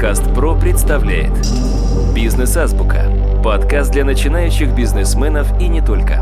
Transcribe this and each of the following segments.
Подкаст ПРО представляет «Бизнес-азбука» – подкаст для начинающих бизнесменов и не только.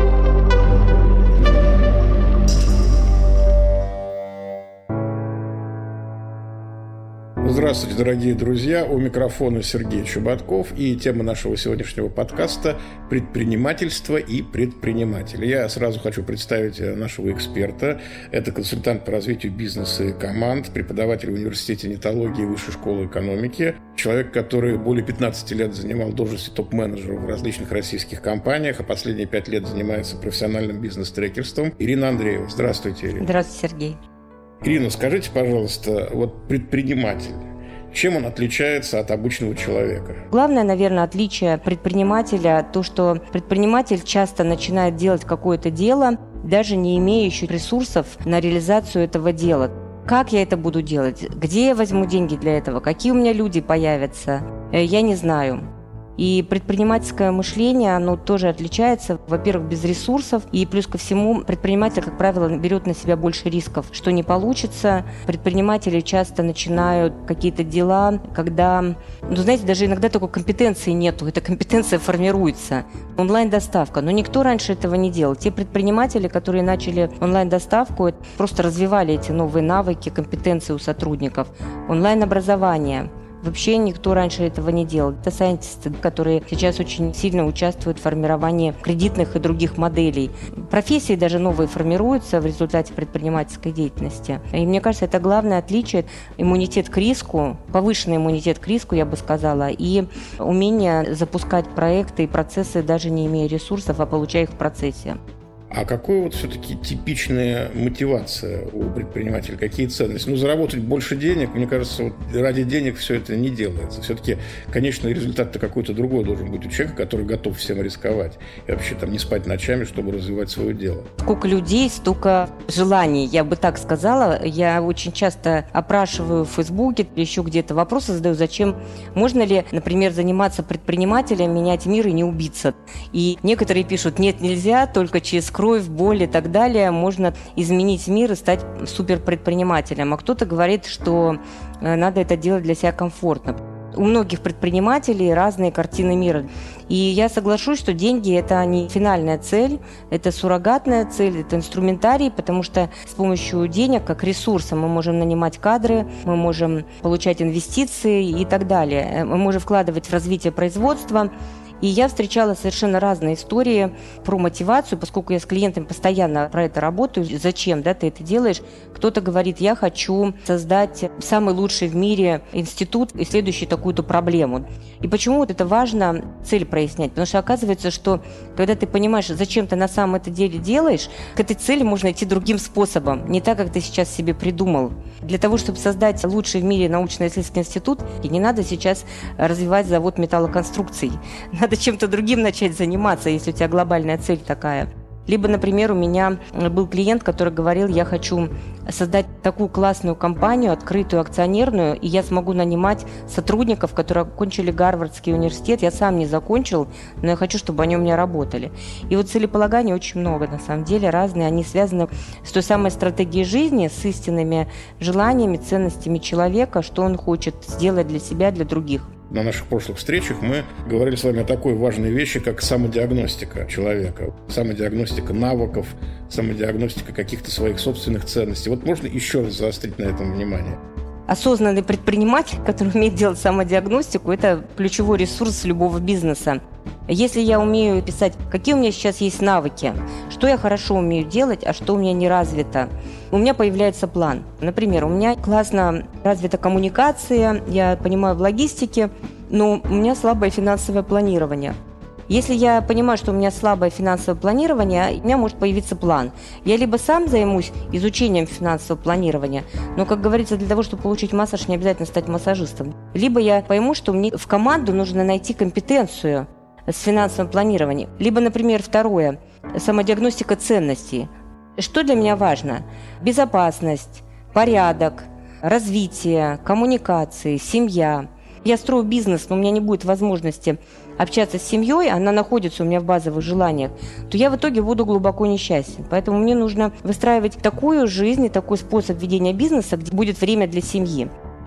Здравствуйте, дорогие друзья! У микрофона Сергей Чубатков, и тема нашего сегодняшнего подкаста – предпринимательство и предприниматели. Я сразу хочу представить нашего эксперта. Это консультант по развитию бизнеса и команд, преподаватель в Университете нетологии Высшей школы экономики, человек, который более 15 лет занимал должности топ-менеджера в различных российских компаниях, а последние 5 лет занимается профессиональным бизнес-трекерством. Ирина Андреева. Здравствуйте, Ирина. Здравствуйте, Сергей. Ирина, скажите, пожалуйста, вот предприниматель, чем он отличается от обычного человека? Главное, наверное, отличие предпринимателя – то, что предприниматель часто начинает делать какое-то дело, даже не имея еще ресурсов на реализацию этого дела. Как я это буду делать? Где я возьму деньги для этого? Какие у меня люди появятся? Я не знаю. И предпринимательское мышление, оно тоже отличается, во-первых, без ресурсов, и плюс ко всему предприниматель, как правило, берет на себя больше рисков, что не получится. Предприниматели часто начинают какие-то дела, когда, знаете, даже иногда такой компетенции нету, эта компетенция формируется. Онлайн-доставка, но никто раньше этого не делал. Те предприниматели, которые начали онлайн-доставку, просто развивали эти новые навыки, компетенции у сотрудников. Онлайн-образование. Вообще никто раньше этого не делал. Это сайентисты, которые сейчас очень сильно участвуют в формировании кредитных и других моделей. Профессии даже новые формируются в результате предпринимательской деятельности. И мне кажется, это главное отличие – иммунитет к риску, повышенный иммунитет к риску, я бы сказала, и умение запускать проекты и процессы, даже не имея ресурсов, а получая их в процессе. А какая вот все-таки типичная мотивация у предпринимателя? Какие ценности? Заработать больше денег, мне кажется, вот ради денег все это не делается. Все-таки конечный результат-то какой-то другой должен быть у человека, который готов всем рисковать. И вообще не спать ночами, чтобы развивать свое дело. Сколько людей, столько желаний, я бы так сказала. Я очень часто опрашиваю в Фейсбуке, еще где-то вопросы задаю, зачем, можно ли, например, заниматься предпринимателем, менять мир и не убиться. И некоторые пишут, нет, нельзя, только через кровь, боль и так далее можно изменить мир и стать суперпредпринимателем. А кто-то говорит, что надо это делать для себя комфортно. У многих предпринимателей разные картины мира. И я соглашусь, что деньги – это не финальная цель, это суррогатная цель, это инструментарий, потому что с помощью денег, как ресурса, мы можем нанимать кадры, мы можем получать инвестиции и так далее. Мы можем вкладывать в развитие производства. И я встречала совершенно разные истории про мотивацию, поскольку я с клиентами постоянно про это работаю. Зачем, ты это делаешь? Кто-то говорит, я хочу создать самый лучший в мире институт, исследующий такую-то проблему. И почему вот это важно цель прояснять? Потому что оказывается, что когда ты понимаешь, зачем ты на самом это деле делаешь, к этой цели можно идти другим способом, не так, как ты сейчас себе придумал. Для того, чтобы создать лучший в мире научно-исследовательский институт, и не надо сейчас развивать завод металлоконструкций. Надо чем-то другим начать заниматься, если у тебя глобальная цель такая. Либо, например, у меня был клиент, который говорил, я хочу создать такую классную компанию, открытую, акционерную, и я смогу нанимать сотрудников, которые окончили Гарвардский университет. Я сам не закончил, но я хочу, чтобы они у меня работали. И вот целеполагания очень много, на самом деле, разные. Они связаны с той самой стратегией жизни, с истинными желаниями, ценностями человека, что он хочет сделать для себя, для других. На наших прошлых встречах мы говорили с вами о такой важной вещи, как самодиагностика человека, самодиагностика навыков, самодиагностика каких-то своих собственных ценностей. Вот можно еще раз заострить на этом внимание? Осознанный предприниматель, который умеет делать самодиагностику, это ключевой ресурс любого бизнеса. Если я умею писать, какие у меня сейчас есть навыки, что я хорошо умею делать, а что у меня не развито, у меня появляется план. Например, у меня классно развита коммуникация, я понимаю в логистике, но у меня слабое финансовое планирование. Если я понимаю, что у меня слабое финансовое планирование, у меня может появиться план. Я либо сам займусь изучением финансового планирования, но, как говорится, для того, чтобы получить массаж, не обязательно стать массажистом. Либо я пойму, что мне в команду нужно найти компетенцию с финансовым планированием. Либо, например, второе – самодиагностика ценностей. Что для меня важно? Безопасность, порядок, развитие, коммуникации, семья. Я строю бизнес, но у меня не будет возможности общаться с семьей, она находится у меня в базовых желаниях, то я в итоге буду глубоко несчастен. Поэтому мне нужно выстраивать такую жизнь и такой способ ведения бизнеса, где будет время для семьи.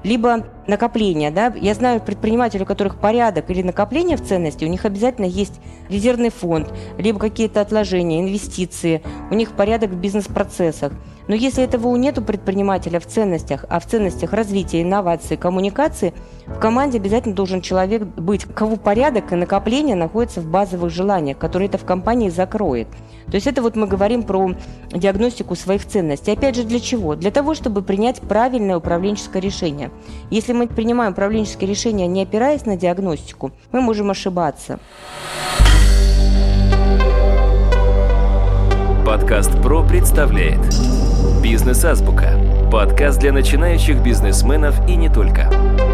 либо накопление. Да? Я знаю предпринимателей, у которых порядок или накопление в ценности, у них обязательно есть резервный фонд, либо какие-то отложения, инвестиции, у них порядок в бизнес-процессах. Но если этого нет у предпринимателя в ценностях, а в ценностях развития, инноваций, коммуникации, в команде обязательно должен человек быть, у кого порядок и накопление находятся в базовых желаниях, которые это в компании закроет. То есть это вот мы говорим про диагностику своих ценностей. Опять же, для чего? Для того, чтобы принять правильное управленческое решение. Если мы принимаем управленческое решение, не опираясь на диагностику, мы можем ошибаться. Подкаст «Про» представляет «Бизнес-азбука». Подкаст для начинающих бизнесменов и не только.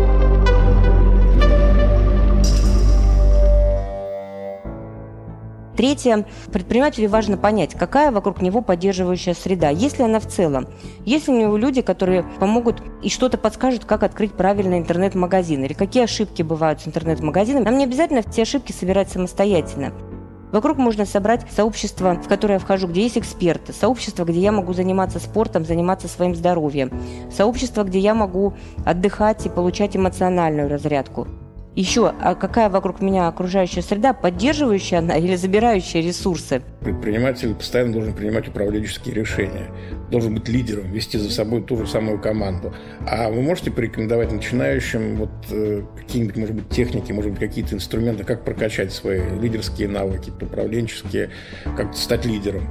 Третье. Предпринимателю важно понять, какая вокруг него поддерживающая среда. Есть ли она в целом? Есть ли у него люди, которые помогут и что-то подскажут, как открыть правильный интернет-магазин? Или какие ошибки бывают с интернет-магазином? Нам не обязательно все ошибки собирать самостоятельно. Вокруг можно собрать сообщество, в которое я вхожу, где есть эксперты, сообщество, где я могу заниматься спортом, заниматься своим здоровьем, сообщество, где я могу отдыхать и получать эмоциональную разрядку. Еще, а какая вокруг меня окружающая среда, поддерживающая она или забирающая ресурсы? Предприниматель постоянно должен принимать управленческие решения, должен быть лидером, вести за собой ту же самую команду. А вы можете порекомендовать начинающим какие-нибудь, может быть, техники, может быть, какие-то инструменты, как прокачать свои лидерские навыки, управленческие, как стать лидером?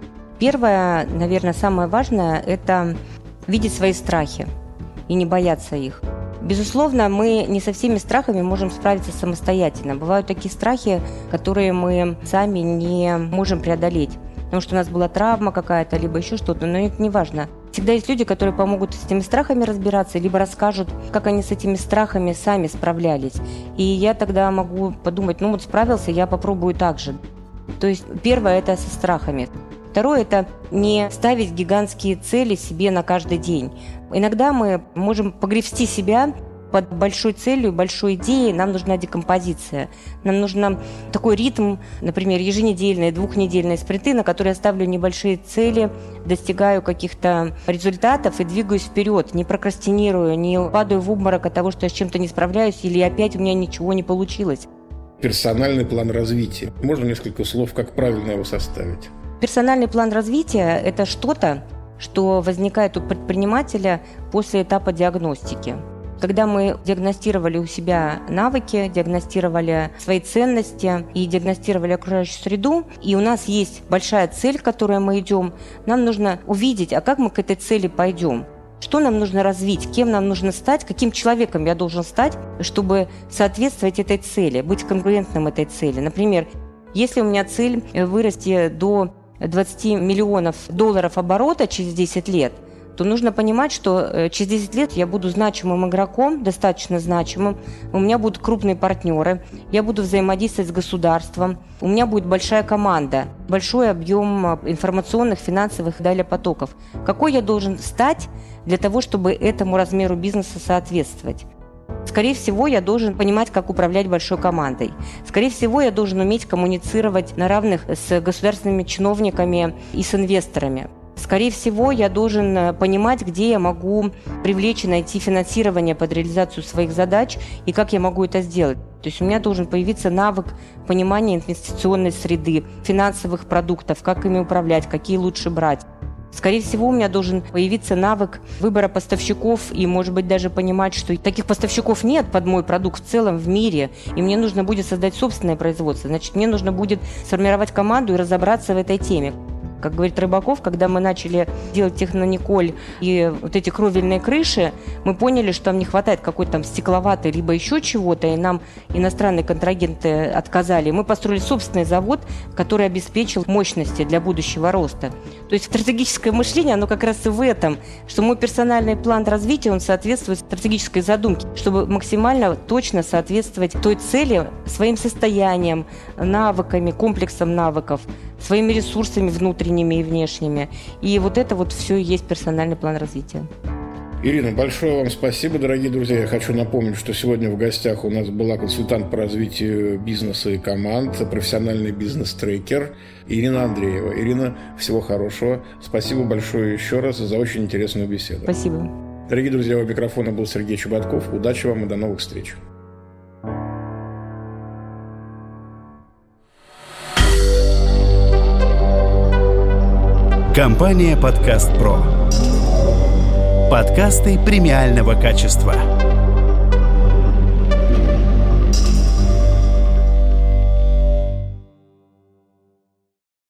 Первое, наверное, самое важное – это видеть свои страхи и не бояться их. Безусловно, мы не со всеми страхами можем справиться самостоятельно. Бывают такие страхи, которые мы сами не можем преодолеть, потому что у нас была травма какая-то, либо еще что-то, но это не важно. Всегда есть люди, которые помогут с этими страхами разбираться, либо расскажут, как они с этими страхами сами справлялись. И я тогда могу подумать, справился, я попробую так же. То есть первое – это со страхами. Второе – это не ставить гигантские цели себе на каждый день. Иногда мы можем погребсти себя под большой целью, большой идеей. Нам нужна декомпозиция. Нам нужен такой ритм, например, еженедельные, двухнедельные спринты, на которые я ставлю небольшие цели, достигаю каких-то результатов и двигаюсь вперед, не прокрастинирую, не падаю в обморок от того, что я с чем-то не справляюсь или опять у меня ничего не получилось. Персональный план развития. Можно несколько слов, как правильно его составить? Персональный план развития – это что-то, что возникает у предпринимателя после этапа диагностики. Когда мы диагностировали у себя навыки, диагностировали свои ценности и диагностировали окружающую среду, и у нас есть большая цель, к которой мы идем, нам нужно увидеть, а как мы к этой цели пойдем. Что нам нужно развить, кем нам нужно стать, каким человеком я должен стать, чтобы соответствовать этой цели, быть конкурентным этой цели. Например, если у меня цель вырасти до 20 миллионов долларов оборота через 10 лет, то нужно понимать, что через 10 лет я буду значимым игроком, достаточно значимым, у меня будут крупные партнеры, я буду взаимодействовать с государством, у меня будет большая команда, большой объем информационных, финансовых и далее потоков. Какой я должен стать для того, чтобы этому размеру бизнеса соответствовать? Скорее всего, я должен понимать, как управлять большой командой. Скорее всего, я должен уметь коммуницировать на равных с государственными чиновниками и с инвесторами. Скорее всего, я должен понимать, где я могу привлечь и найти финансирование под реализацию своих задач и как я могу это сделать. То есть у меня должен появиться навык понимания инвестиционной среды, финансовых продуктов, как ими управлять, какие лучше брать. Скорее всего, у меня должен появиться навык выбора поставщиков и, может быть, даже понимать, что таких поставщиков нет под мой продукт в целом в мире, и мне нужно будет создать собственное производство. Значит, мне нужно будет сформировать команду и разобраться в этой теме. Как говорит Рыбаков, когда мы начали делать технониколь и вот эти кровельные крыши, мы поняли, что нам не хватает какой-то там стекловатой либо еще чего-то, и нам иностранные контрагенты отказали. Мы построили собственный завод, который обеспечил мощности для будущего роста. То есть стратегическое мышление, оно как раз и в этом, что мой персональный план развития, он соответствует стратегической задумке, чтобы максимально точно соответствовать той цели своим состоянием, навыками, комплексом навыков, своими ресурсами внутренними и внешними. И вот это вот все и есть персональный план развития. Ирина, большое вам спасибо, дорогие друзья. Я хочу напомнить, что сегодня в гостях у нас была консультант по развитию бизнеса и команд, профессиональный бизнес-трекер Ирина Андреева. Ирина, всего хорошего. Спасибо большое еще раз за очень интересную беседу. Спасибо. Дорогие друзья, у микрофона был Сергей Чубатков. Удачи вам и до новых встреч. Компания «Подкаст Про». Подкасты премиального качества.